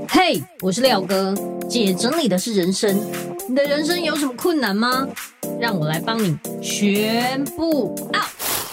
嘿，我是廖哥，姐整理的是人生。你的人生有什么困难吗？让我来帮你全部 out。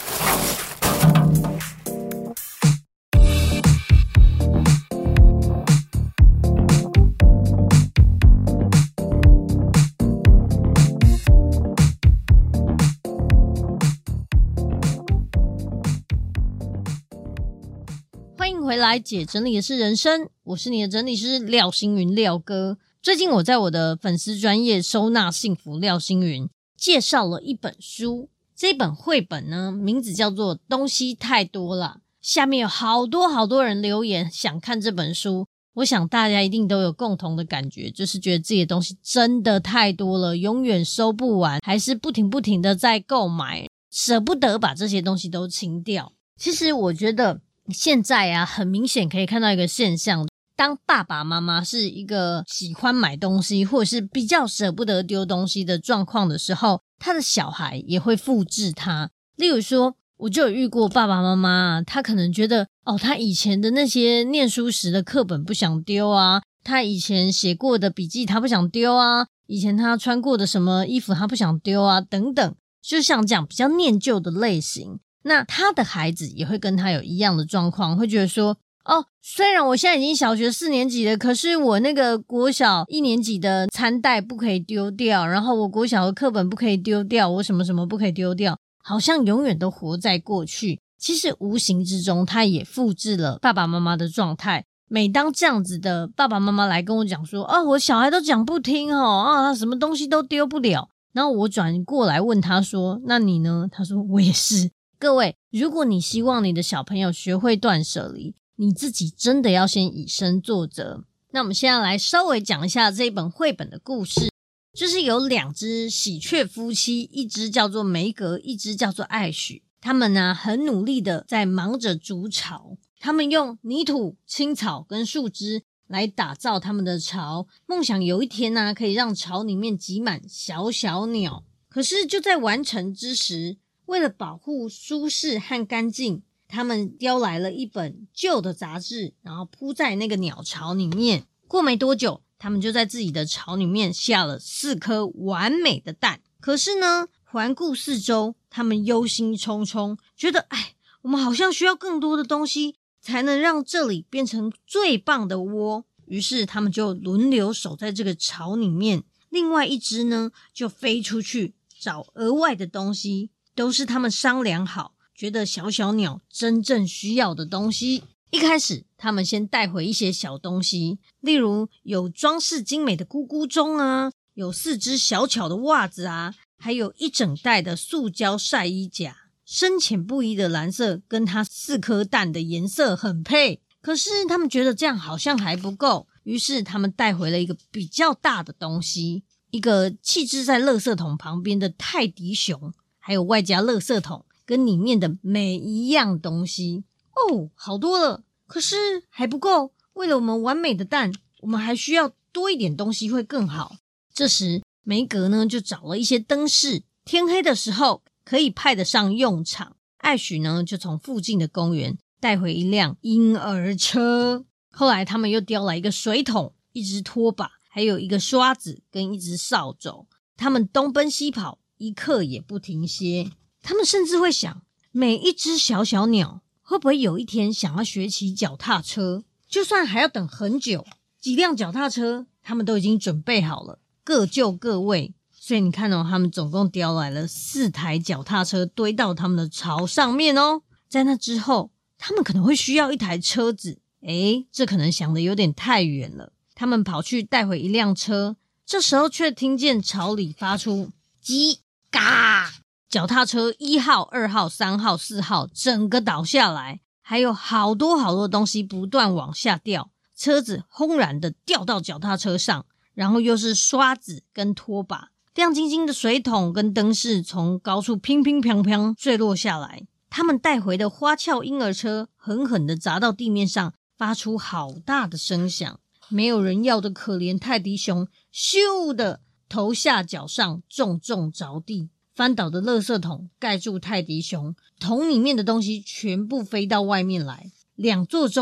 欢迎回来，姐整理的是人生，我是你的整理师廖星云廖哥。最近我在我的粉丝专页收纳幸福廖星云介绍了一本书，这本绘本呢名字叫做东西太多了，下面有好多人留言想看这本书。我想大家一定都有共同的感觉，就是觉得自己的东西真的太多了，永远收不完，还是不停的在购买，舍不得把这些东西都清掉。其实我觉得现在啊，很明显可以看到一个现象，当爸爸妈妈是一个喜欢买东西或者是比较舍不得丢东西的状况的时候，他的小孩也会复制他。例如说，我就有遇过爸爸妈妈，他可能觉得他以前的那些念书时的课本不想丢啊，他以前写过的笔记他不想丢啊，以前他穿过的什么衣服他不想丢啊，等等，就像这样比较念旧的类型。那他的孩子也会跟他有一样的状况，会觉得说虽然我现在已经小学4年级了，可是我那个国小1年级的餐袋不可以丢掉，然后我国小的课本不可以丢掉，我什么什么不可以丢掉，好像永远都活在过去。其实无形之中他也复制了爸爸妈妈的状态。每当这样子的爸爸妈妈来跟我讲说我小孩都讲不听他什么东西都丢不了，然后我转过来问他说那你呢？他说我也是。各位，如果你希望你的小朋友学会断舍离，你自己真的要先以身作则。那我们现在来稍微讲一下这一本绘本的故事，就是有2只喜鹊夫妻，一只叫做梅格，一只叫做艾许。他们呢很努力的在忙着筑巢，他们用泥土、青草跟树枝来打造他们的巢，梦想有一天呢可以让巢里面挤满小小鸟。可是就在完成之时，为了保护舒适和干净，他们叼来了一本旧的杂志，然后铺在那个鸟巢里面。过没多久，他们就在自己的巢里面下了4颗完美的蛋。可是呢，环顾四周，他们忧心忡忡，觉得我们好像需要更多的东西才能让这里变成最棒的窝。于是他们就轮流守在这个巢里面，另外一只呢就飞出去找额外的东西，都是他们商量好觉得小小鸟真正需要的东西。一开始他们先带回一些小东西，例如有装饰精美的咕咕钟啊，有4只小巧的袜子啊，还有一整袋的塑胶晒衣夹。深浅不一的蓝色跟它4颗蛋的颜色很配，可是他们觉得这样好像还不够，于是他们带回了一个比较大的东西，一个弃置在垃圾桶旁边的泰迪熊，还有外加垃圾桶跟里面的每一样东西。好多了，可是还不够，为了我们完美的蛋，我们还需要多一点东西会更好。这时梅格呢就找了一些灯饰，天黑的时候可以派得上用场。艾许呢就从附近的公园带回一辆婴儿车。后来他们又叼来一个水桶，一只拖把，还有一个刷子跟一只扫帚。他们东奔西跑，一刻也不停歇。他们甚至会想，每一只小小鸟会不会有一天想要学骑脚踏车，就算还要等很久，几辆脚踏车他们都已经准备好了，各就各位。所以你看他们总共叼来了4台脚踏车堆到他们的巢上面在那之后，他们可能会需要一台车子，这可能想得有点太远了。他们跑去带回一辆车，这时候却听见巢里发出叽嘎，脚踏车1号、2号、3号、4号整个倒下来，还有好多东西不断往下掉，车子轰然的掉到脚踏车上，然后又是刷子跟拖把，亮晶晶的水桶跟灯饰从高处乒乒乓乓坠落下来。他们带回的花俏婴儿车狠狠的砸到地面上，发出好大的声响。没有人要的可怜泰迪熊咻的头下脚上重重着地，翻倒的垃圾桶盖住泰迪熊，桶里面的东西全部飞到外面来。2座钟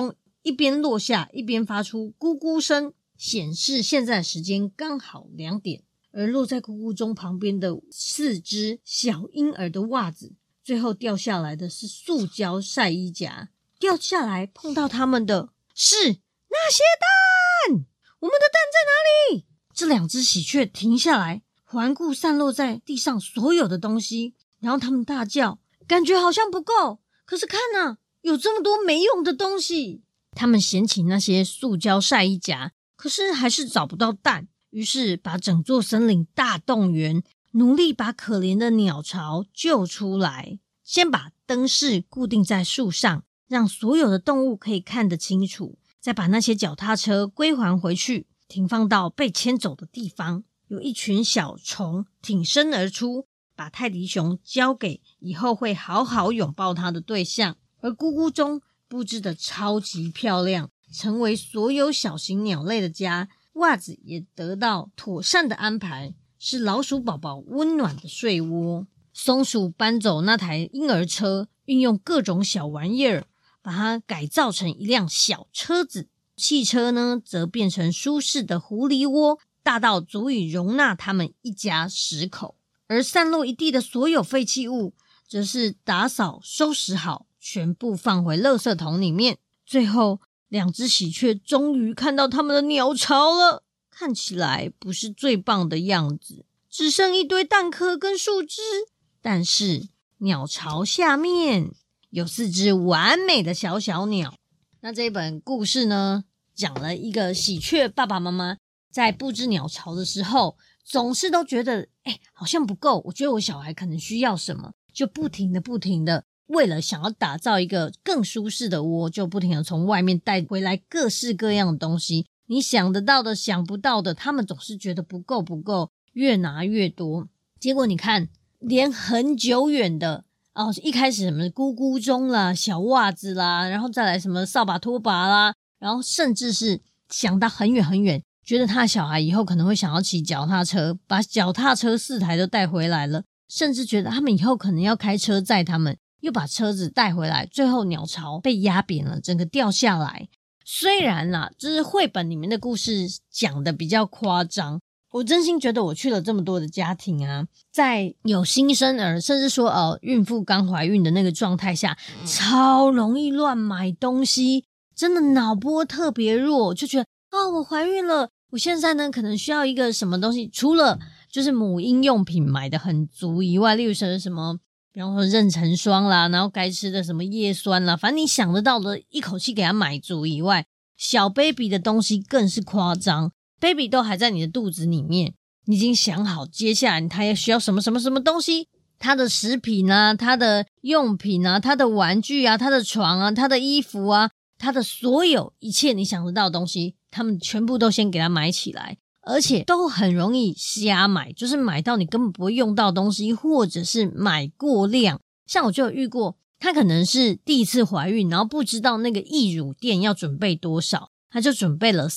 一边落下一边发出咕咕声，显示现在的时间刚好2点。而落在咕咕钟旁边的4只小婴儿的袜子，最后掉下来的是塑胶晒衣夹，掉下来碰到他们的是那些蛋，我们的蛋在哪里？这2只喜鹊停下来，环顾散落在地上所有的东西，然后他们大叫，感觉好像不够，可是看啊，有这么多没用的东西。他们捡起那些塑胶晒衣夹，可是还是找不到蛋，于是把整座森林大动员，努力把可怜的鸟巢救出来。先把灯饰固定在树上，让所有的动物可以看得清楚，再把那些脚踏车归还回去，停放到被牵走的地方。有一群小虫挺身而出，把泰迪熊交给以后会好好拥抱它的对象。而咕咕钟布置得超级漂亮，成为所有小型鸟类的家。袜子也得到妥善的安排，是老鼠宝宝温暖的睡窝。松鼠搬走那台婴儿车，运用各种小玩意儿把它改造成一辆小车子。汽车呢，则变成舒适的狐狸窝，大到足以容纳他们一家10口。而散落一地的所有废弃物，则是打扫收拾好，全部放回垃圾桶里面。最后2只喜鹊终于看到他们的鸟巢了，看起来不是最棒的样子，只剩一堆蛋壳跟树枝。但是鸟巢下面有4只完美的小小鸟。那这本故事呢，讲了一个喜鹊爸爸妈妈在布置鸟巢的时候，总是都觉得好像不够，我觉得我小孩可能需要什么，就不停的为了想要打造一个更舒适的窝，就不停的从外面带回来各式各样的东西，你想得到的想不到的，他们总是觉得不够，越拿越多。结果你看，连很久远的一开始什么咕咕钟啦、小袜子啦，然后再来什么扫把拖把啦，然后甚至是想到很远很远，觉得他的小孩以后可能会想要骑脚踏车，把脚踏车4台都带回来了，甚至觉得他们以后可能要开车载他们，又把车子带回来，最后鸟巢被压扁了，整个掉下来。虽然啦，就是绘本里面的故事讲的比较夸张，我真心觉得我去了这么多的家庭啊，在有新生儿甚至说孕妇刚怀孕的那个状态下，超容易乱买东西，真的脑波特别弱，就觉得我怀孕了，我现在呢可能需要一个什么东西，除了就是母婴用品买的很足以外，例如说什么比方说妊娠霜啦，然后该吃的什么叶酸啦，反正你想得到的一口气给他买足以外，小 baby 的东西更是夸张。baby 都还在你的肚子里面，你已经想好接下来他也需要什么什么什么东西，他的食品啊，他的用品啊，他的玩具啊，他的床啊，他的衣服啊，他的所有一切你想得到的东西，他们全部都先给他买起来，而且都很容易瞎买，就是买到你根本不会用到的东西，或者是买过量。像我就有遇过，她可能是第一次怀孕，然后不知道那个溢乳垫要准备多少，她就准备了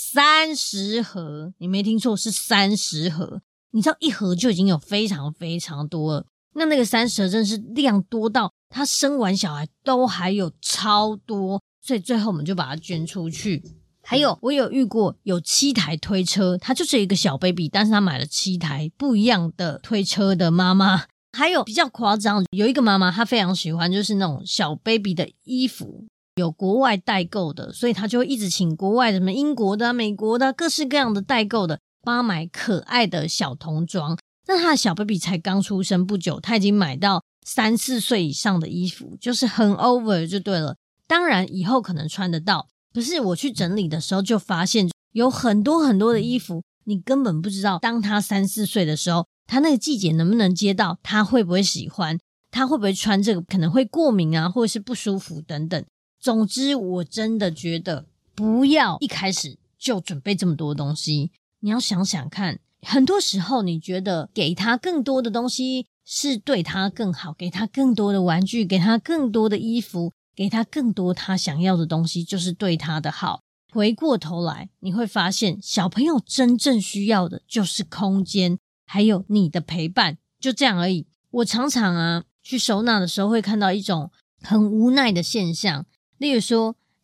30盒，你没听错，是30盒。你知道一盒就已经有非常非常多了，那个30盒真的是量多到她生完小孩都还有超多，所以最后我们就把它捐出去。还有我有遇过有7台推车，她就是一个小 baby， 但是她买了7台不一样的推车的妈妈。还有比较夸张，有一个妈妈她非常喜欢就是那种小 baby 的衣服，有国外代购的，所以她就会一直请国外的什么英国的美国的各式各样的代购的帮她买可爱的小童装。那她的小 baby 才刚出生不久，她已经买到3-4岁以上的衣服，就是很 over 就对了。当然以后可能穿得到，可是我去整理的时候就发现有很多很多的衣服，你根本不知道当他3-4岁的时候，他那个季节能不能接到，他会不会喜欢，他会不会穿这个可能会过敏啊，或者是不舒服等等。总之我真的觉得不要一开始就准备这么多东西，你要想想看，很多时候你觉得给他更多的东西是对他更好，给他更多的玩具，给他更多的衣服，给他更多他想要的东西，就是对他的好。回过头来你会发现，小朋友真正需要的就是空间，还有你的陪伴，就这样而已。我常常去收纳的时候会看到一种很无奈的现象，例如说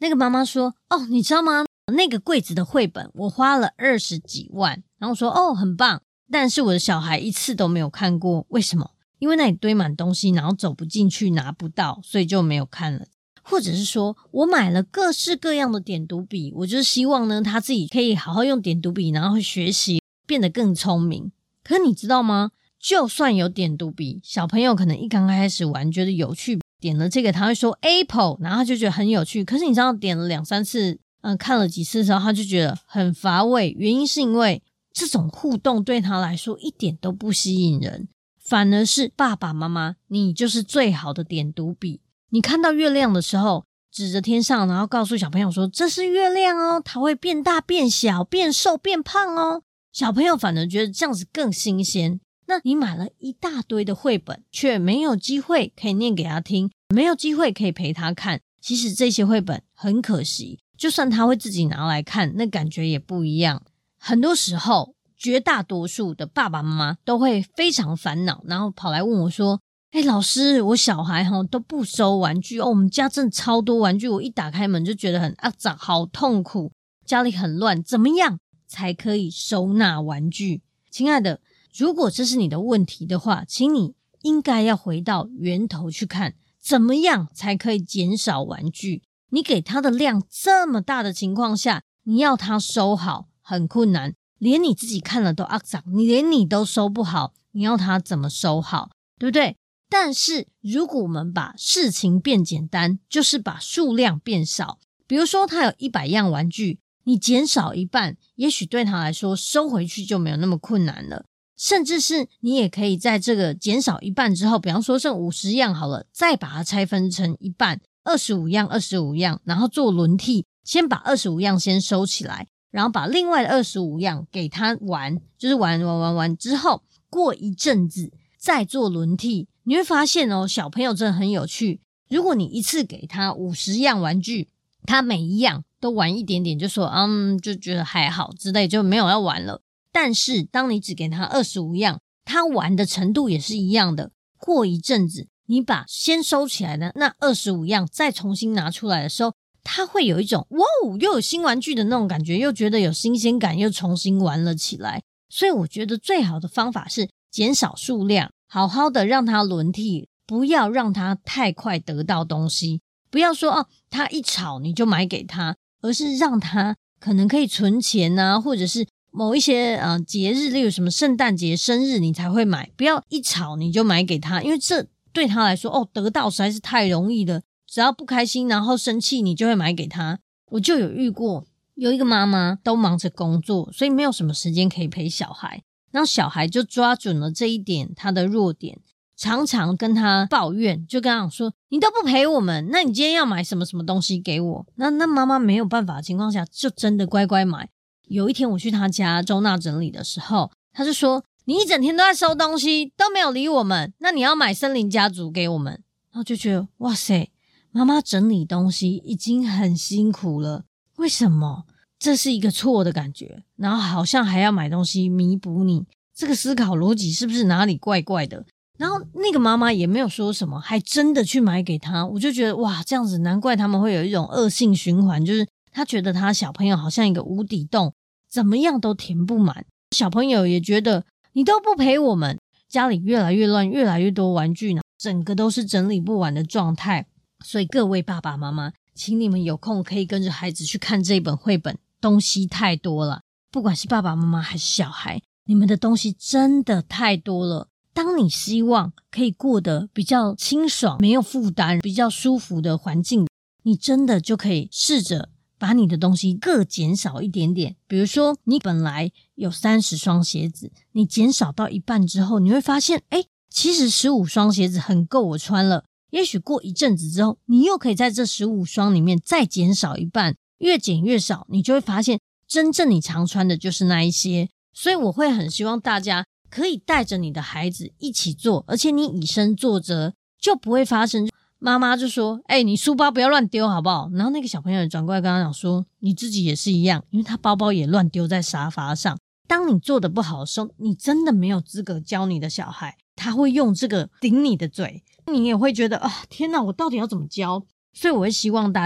那个妈妈说，哦，你知道吗？那个柜子的绘本我花了20几万。然后说，哦，很棒，但是我的小孩一次都没有看过。为什么？因为那里堆满东西，然后走不进去，拿不到，所以就没有看了。或者是说我买了各式各样的点读笔，我就是希望呢他自己可以好好用点读笔，然后学习变得更聪明。可你知道吗？就算有点读笔，小朋友可能一刚开始玩觉得有趣，点了这个他会说 Apple， 然后他就觉得很有趣。可是你知道点了2-3次看了几次的时候，他就觉得很乏味。原因是因为这种互动对他来说一点都不吸引人，反而是爸爸妈妈你就是最好的点读笔。你看到月亮的时候指着天上，然后告诉小朋友说这是月亮哦，它会变大变小变瘦变胖哦，小朋友反而觉得这样子更新鲜。那你买了一大堆的绘本，却没有机会可以念给他听，没有机会可以陪他看，其实这些绘本很可惜，就算他会自己拿来看，那感觉也不一样。很多时候绝大多数的爸爸妈妈都会非常烦恼，然后跑来问我说，老师，我小孩都不收玩具哦，我们家真的超多玩具，我一打开门就觉得很脏，好痛苦，家里很乱，怎么样才可以收纳玩具？亲爱的，如果这是你的问题的话，请你应该要回到源头去看，怎么样才可以减少玩具？你给他的量这么大的情况下，你要他收好很困难，连你自己看了都脏，你连你都收不好，你要他怎么收好？对不对？但是如果我们把事情变简单，就是把数量变少，比如说他有100样玩具，你减少一半，也许对他来说收回去就没有那么困难了。甚至是你也可以在这个减少一半之后，比方说剩50样好了，再把它拆分成一半，25样25样，然后做轮替，先把25样先收起来，然后把另外的25样给他玩，就是玩之后，过一阵子再做轮替。你会发现哦，小朋友真的很有趣。如果你一次给他50样玩具，他每一样都玩一点点，就说就觉得还好之类，就没有要玩了。但是当你只给他25样，他玩的程度也是一样的。过一阵子，你把先收起来的那25样再重新拿出来的时候，他会有一种哇又有新玩具的那种感觉，又觉得有新鲜感，又重新玩了起来。所以我觉得最好的方法是减少数量，好好的让他轮替，不要让他太快得到东西。不要说他一吵你就买给他，而是让他可能可以存钱啊，或者是某一些节日，例如什么圣诞节、生日你才会买，不要一吵你就买给他，因为这对他来说得到实在是太容易了，只要不开心然后生气你就会买给他。我就有遇过有一个妈妈都忙着工作，所以没有什么时间可以陪小孩，然后小孩就抓准了这一点他的弱点，常常跟他抱怨，就跟他讲说你都不陪我们，那你今天要买什么什么东西给我。那妈妈没有办法的情况下就真的乖乖买。有一天我去他家收纳整理的时候，他就说你一整天都在收东西都没有理我们，那你要买森林家族给我们。然后就觉得哇塞，妈妈整理东西已经很辛苦了，为什么这是一个错的感觉，然后好像还要买东西弥补你，这个思考逻辑是不是哪里怪怪的？然后那个妈妈也没有说什么，还真的去买给他。我就觉得哇，这样子难怪他们会有一种恶性循环，就是他觉得他小朋友好像一个无底洞，怎么样都填不满。小朋友也觉得你都不陪我们，家里越来越乱，越来越多玩具呢，整个都是整理不完的状态。所以各位爸爸妈妈，请你们有空可以跟着孩子去看这本绘本，东西太多了，不管是爸爸妈妈还是小孩，你们的东西真的太多了。当你希望可以过得比较清爽，没有负担，比较舒服的环境，你真的就可以试着把你的东西各减少一点点。比如说你本来有30双鞋子，你减少到一半之后，你会发现其实15双鞋子很够我穿了。也许过一阵子之后，你又可以在这15双里面再减少一半，越减越少，你就会发现真正你常穿的就是那一些。所以我会很希望大家可以带着你的孩子一起做，而且你以身作则，就不会发生妈妈就说你书包不要乱丢好不好，然后那个小朋友也转过来跟他讲说你自己也是一样，因为他包包也乱丢在沙发上。当你做得不好的时候，你真的没有资格教你的小孩，他会用这个顶你的嘴，你也会觉得天哪，我到底要怎么教？所以我会希望大家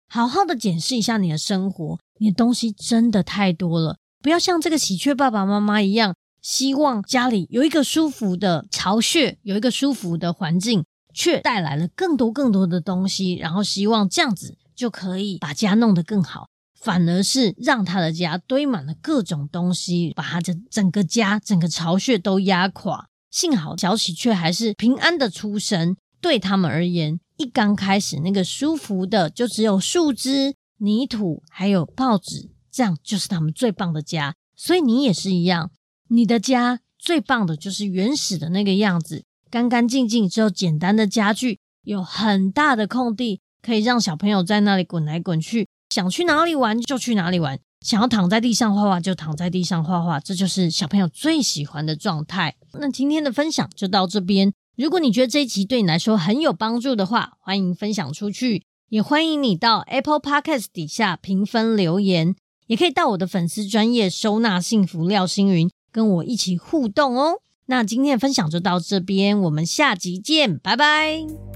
好好的检视一下你的生活，你的东西真的太多了，不要像这个喜鹊爸爸妈妈一样，希望家里有一个舒服的巢穴，有一个舒服的环境，却带来了更多的东西，然后希望这样子就可以把家弄得更好，反而是让他的家堆满了各种东西，把他的整个家整个巢穴都压垮。幸好小喜鹊还是平安的出生，对他们而言，一刚开始那个舒服的就只有树枝、泥土还有报纸，这样就是他们最棒的家。所以你也是一样，你的家最棒的就是原始的那个样子，干干净净，只有简单的家具，有很大的空地，可以让小朋友在那里滚来滚去，想去哪里玩就去哪里玩，想要躺在地上画画就躺在地上画画，这就是小朋友最喜欢的状态。那今天的分享就到这边，如果你觉得这一集对你来说很有帮助的话，欢迎分享出去，也欢迎你到 Apple Podcast 底下评分留言，也可以到我的粉丝专页收纳幸福廖星云跟我一起互动哦。那今天的分享就到这边，我们下集见，拜拜。